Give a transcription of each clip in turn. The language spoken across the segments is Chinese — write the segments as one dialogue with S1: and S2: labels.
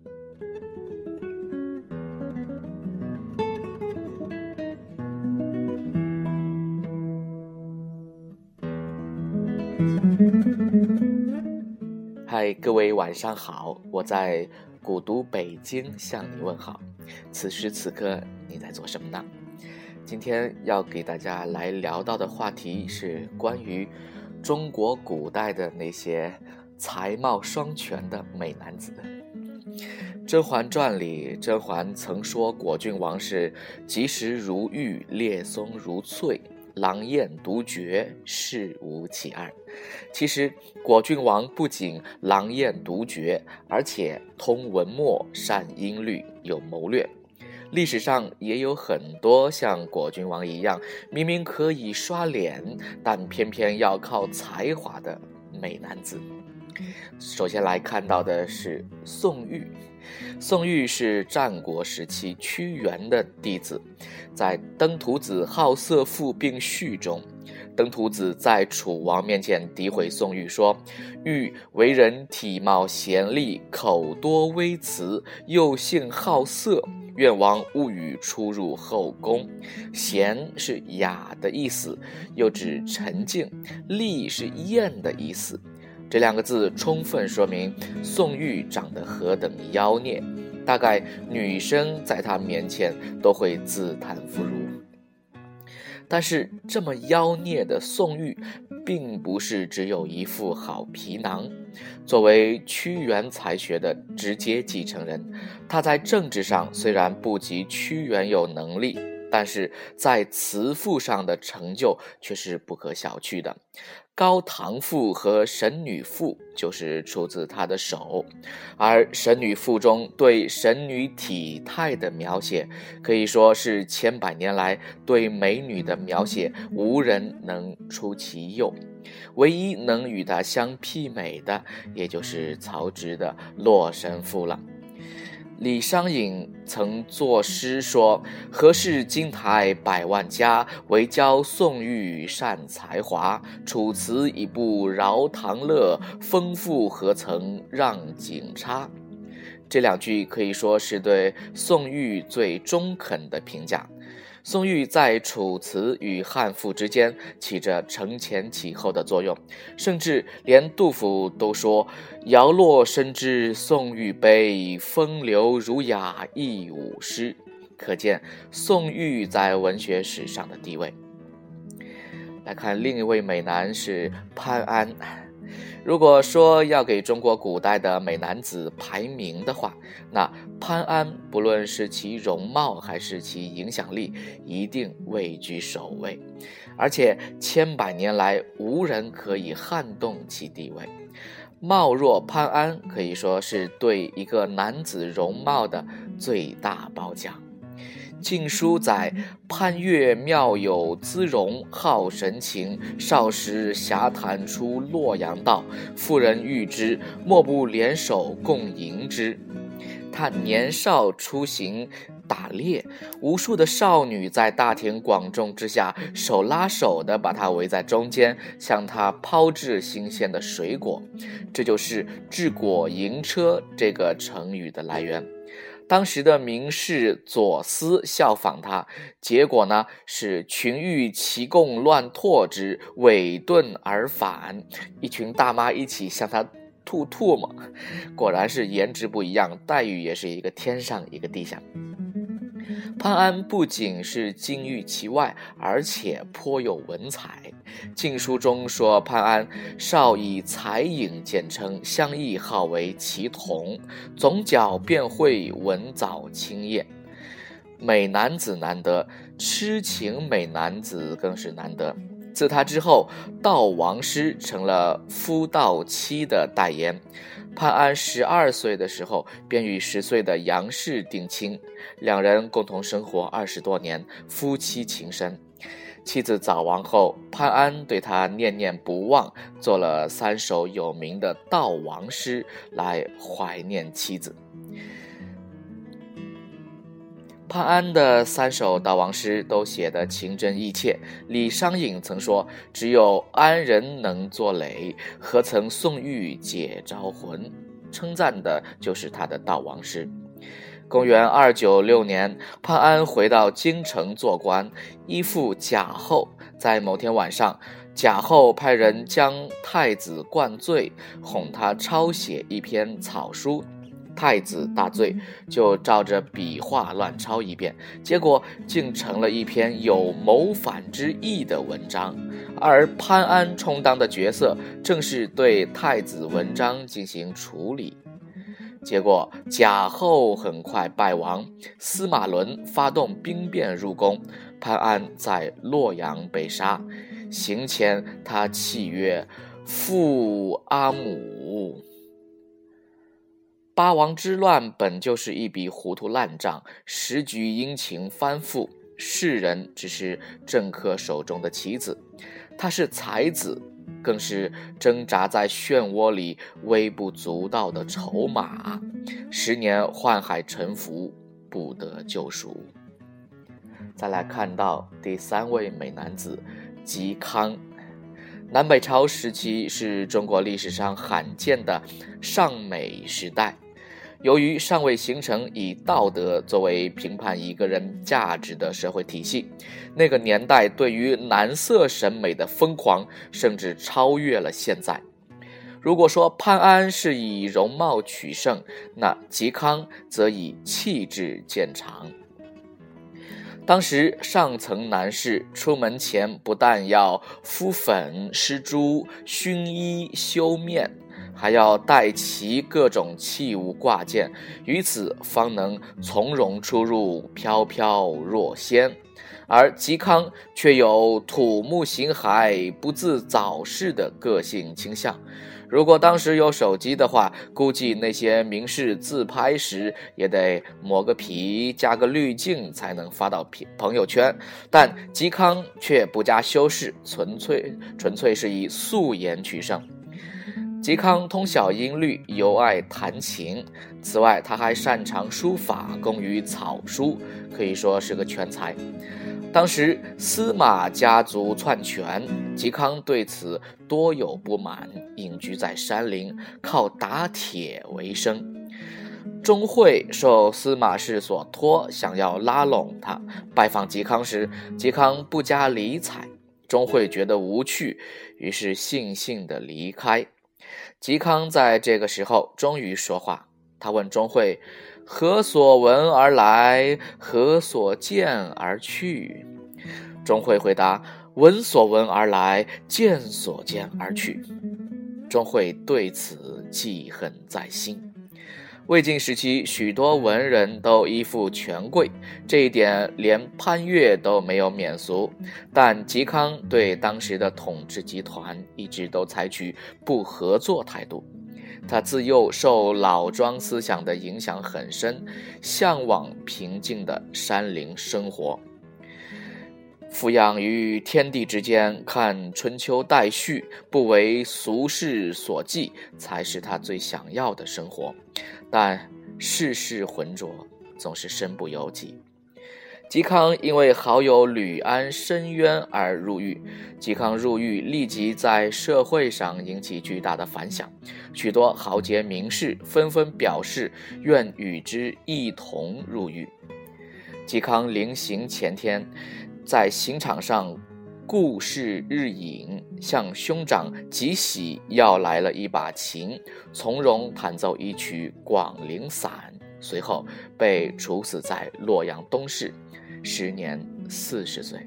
S1: 嗨，各位晚上好，我在古都北京向你问好。此时此刻你在做什么呢？今天要给大家来聊到的话题是关于中国古代的那些才貌双全的美男子。《甄嬛传》里，甄嬛曾说果郡王是及时如玉，列松如翠，郎艳独绝，世无其二。其实果郡王不仅郎艳独绝，而且通文墨，善音律，有谋略。历史上也有很多像果郡王一样，明明可以刷脸，但偏偏要靠才华的美男子。首先来看到的是宋玉。宋玉是战国时期屈原的弟子，在登徒子好色赋并序中，登徒子在楚王面前诋毁宋玉说，玉为人体貌贤丽，口多微辞，又性好色，愿王勿与出入后宫。贤是雅的意思，又指沉静，丽是艳的意思。这两个字充分说明宋玉长得何等妖孽，大概女生在他面前都会自叹弗如。但是这么妖孽的宋玉并不是只有一副好皮囊，作为屈原才学的直接继承人，他在政治上虽然不及屈原有能力，但是在词赋上的成就却是不可小觑的。高唐赋和神女赋就是出自他的手，而神女赋中对神女体态的描写，可以说是千百年来对美女的描写无人能出其右，唯一能与她相媲美的也就是曹植的《洛神赋》了。李商隐曾作诗说，何事金台百万家，唯教宋玉善才华。楚辞已不饶唐乐，丰富何曾让景差。这两句可以说是对宋玉最中肯的评价。宋玉在楚辞与汉赋之间起着承前启后的作用，甚至连杜甫都说，摇落深知宋玉悲，风流儒雅亦舞诗。可见宋玉在文学史上的地位。来看另一位美男是潘安。如果说要给中国古代的美男子排名的话，那潘安不论是其容貌还是其影响力，一定位居首位，而且千百年来无人可以撼动其地位。貌若潘安可以说是对一个男子容貌的最大褒奖。晋书载，潘岳妙有姿容，好神情，少时侠谈出洛阳道，妇人遇之，莫不联手共迎之。他年少出行打猎，无数的少女在大庭广众之下手拉手的把他围在中间，向他抛掷新鲜的水果，这就是置果迎车这个成语的来源。当时的名士左思效仿他，结果呢是群欲齐共乱唾之，尾遁而返，一群大妈一起向他吐唾沫。果然是颜值不一样，待遇也是一个天上一个地下。潘安不仅是金玉其外，而且颇有文采。晋书中说，潘安少以才颖见称，相异号为奇童，总角辩会，文藻清艳。美男子难得，痴情美男子更是难得。自他之后，悼亡诗成了夫悼妻的代言。潘安12岁的时候便与10岁的杨氏定亲，两人共同生活20多年，夫妻情深。妻子早亡后，潘安对他念念不忘，做了3首有名的悼亡诗来怀念妻子。潘安的3首悼亡诗都写得情真意切。李商隐曾说，只有安人能作垒，何曾宋玉解招魂。 称赞的就是他的悼亡诗。公元296年，潘安回到京城做官，依附贾后。在某天晚上，贾后派人将太子灌醉，哄他抄写一篇草书。太子大醉，就照着笔画乱抄一遍，结果竟成了一篇有谋反之意的文章。而潘安充当的角色正是对太子文章进行处理。结果贾后很快败亡，司马伦发动兵变入宫，潘安在洛阳被杀。行前他泣曰：父阿母。八王之乱本就是一笔糊涂烂账，时局阴晴翻覆，世人只是政客手中的棋子，他是才子，更是挣扎在漩涡里微不足道的筹码，10年宦海沉浮，不得救赎。再来看到第3位美男子嵇康。南北朝时期是中国历史上罕见的尚美时代，由于尚未形成以道德作为评判一个人价值的社会体系，那个年代对于男色审美的疯狂甚至超越了现在。如果说潘安是以容貌取胜，那嵇康则以气质见长。当时上层男士出门前不但要敷粉施朱、熏衣修面，还要带齐各种器物挂件，于此方能从容出入，飘飘若仙。而嵇康却有土木形骸、不自早逝的个性倾向。如果当时有手机的话，估计那些名士自拍时也得磨个皮，加个滤镜才能发到朋友圈。但嵇康却不加修饰，纯粹是以素颜取胜。嵇康通晓音律，尤爱弹琴，此外他还擅长书法，工于草书，可以说是个全才。当时司马家族篡权，嵇康对此多有不满，隐居在山林，靠打铁为生。钟会受司马氏所托，想要拉拢他，拜访嵇康时，嵇康不加理睬。钟会觉得无趣，于是悻悻地离开。嵇康在这个时候终于说话，他问钟会：何所闻而来，何所见而去？钟会回答：闻所闻而来，见所见而去。钟会对此记恨在心。魏晋时期，许多文人都依附权贵，这一点连潘岳都没有免俗。但嵇康对当时的统治集团一直都采取不合作态度。他自幼受老庄思想的影响很深，向往平静的山林生活。俯仰于天地之间，看春秋代序，不为俗世所忌，才是他最想要的生活。但世事浑浊，总是身不由己。嵇康因为好友吕安申冤而入狱，嵇康入狱立即在社会上引起巨大的反响，许多豪杰名士纷纷表示愿与之一同入狱。嵇康临行前天，在刑场上顾视日影，向兄长嵇喜要来了一把琴，从容弹奏一曲《广陵散》，随后被处死在洛阳东市，时年40岁。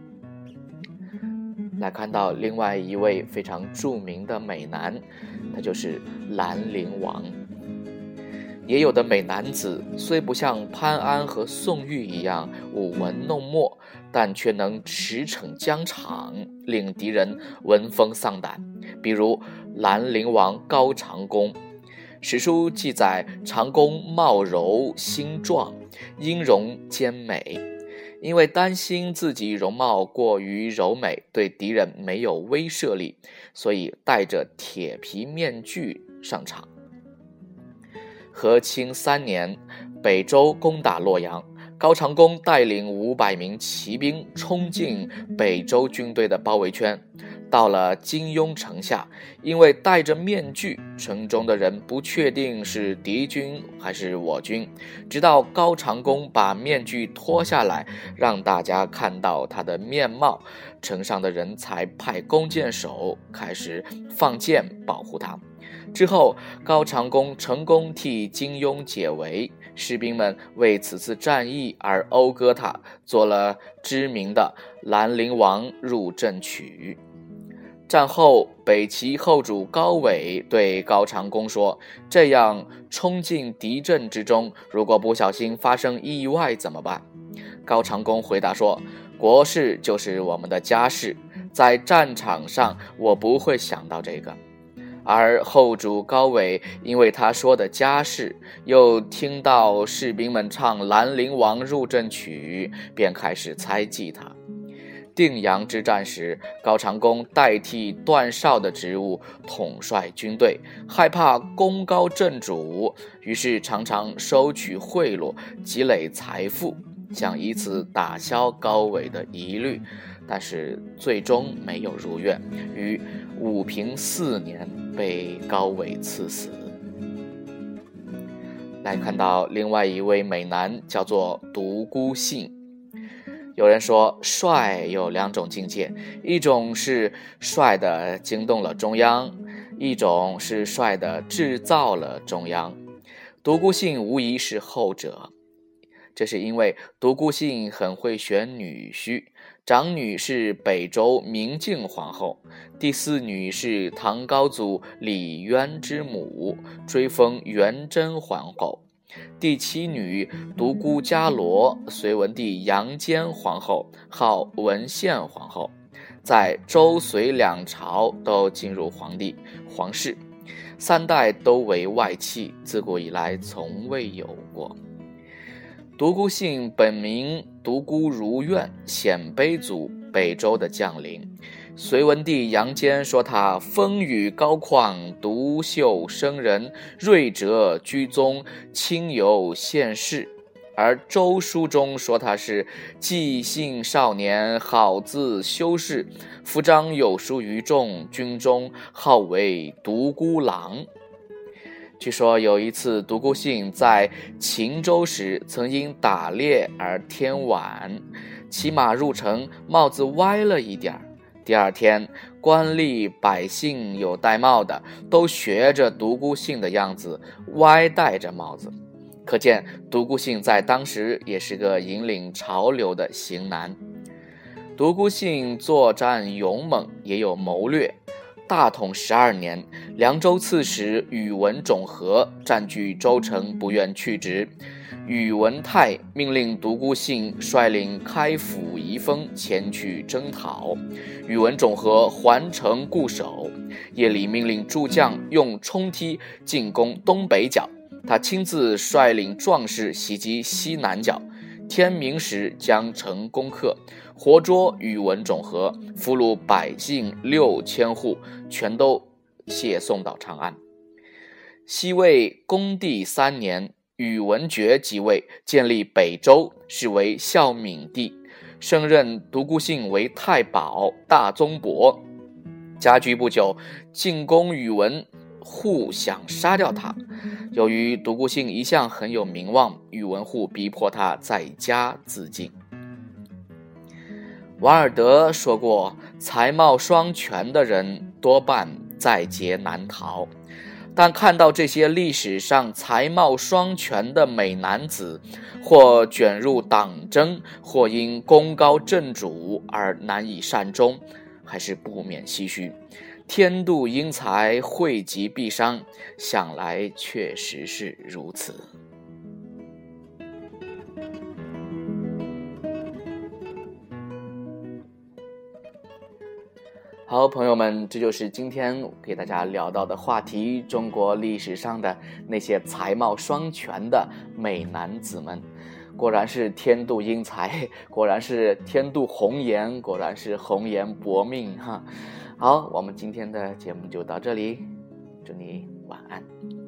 S1: 来看到另外一位非常著名的美男，他就是兰陵王。也有的美男子虽不像潘安和宋玉一样舞文弄墨，但却能驰骋疆场，令敌人闻风丧胆。比如兰陵王高长恭，史书记载长恭貌柔心壮，音容兼美。因为担心自己容貌过于柔美，对敌人没有威慑力，所以戴着铁皮面具上场。和清3年，北周攻打洛阳，高长恭带领500名骑兵冲进北周军队的包围圈。 到了金庸城下，因为戴着面具，城中的人不确定是敌军还是我军，直到高长恭把面具脱下来，让大家看到他的面貌，城上的人才派弓箭手开始放箭保护他。之后，高长恭成功替金庸解围，士兵们为此次战役而讴歌他，做了知名的《兰陵王入阵曲》。战后，北齐后主高纬对高长恭说：“这样冲进敌阵之中，如果不小心发生意外怎么办？”高长恭回答说：“国事就是我们的家事，在战场上我不会想到这个。”而后主高纬因为他说的家事，又听到士兵们唱《兰陵王入阵曲》，便开始猜忌他。定阳之战时，高长恭代替段绍的职务统帅军队，害怕功高震主，于是常常收取贿赂，积累财富，想以此打消高纬的疑虑，但是最终没有如愿，于武平4年被高纬赐死。来看到另外一位美男，叫做独孤信。有人说帅有2种境界，一种是帅的惊动了中央，一种是帅的制造了中央。独孤信无疑是后者，这是因为独孤信很会选女婿，长女是北周明镜皇后，第4女是唐高祖李渊之母，追封元贞皇后，第7女独孤伽罗，隋文帝杨坚皇后，号文献皇后，在周隋2朝都进入皇室，3代都为外戚，自古以来从未有过。独孤信本名独孤如愿，鲜卑族，北周的将领。隋文帝杨坚说他风雨高旷，独秀生人，睿哲居宗，清游县士。而周书中说他是纪姓少年，好自修饰，服章有书于众，军中号为独孤郎。据说有一次独孤信在秦州时，曾因打猎而天晚，骑马入城，帽子歪了一点。第2天，官吏百姓有戴帽的，都学着独孤信的样子歪戴着帽子，可见独孤信在当时也是个引领潮流的型男。独孤信作战勇猛，也有谋略。大统12年，凉州刺史宇文种和占据州城，不愿去职。宇文泰命令独孤信率领开府遗风前去征讨，宇文种和环城固守，夜里命令诸将用冲梯进攻东北角，他亲自率领壮士袭击西南角。天明时将城攻克，活捉宇文种和，俘虏百姓6000户，全都谢送到长安。西魏恭帝3年，宇文觉即位，建立北周，是为孝敏帝，升任独孤信为太保、大宗伯。家居不久，进攻宇文护想杀掉他，由于独孤信一向很有名望，宇文护逼迫他在家自尽。王尔德说过，才貌双全的人多半在劫难逃，但看到这些历史上才貌双全的美男子，或卷入党争，或因功高震主而难以善终，还是不免唏嘘。天妒英才，惠及必伤，想来确实是如此。好，朋友们，这就是今天给大家聊到的话题，中国历史上的那些才貌双全的美男子们。果然是天妒英才，果然是天妒红颜，果然是红颜薄命哈。好，我们今天的节目就到这里，祝你晚安。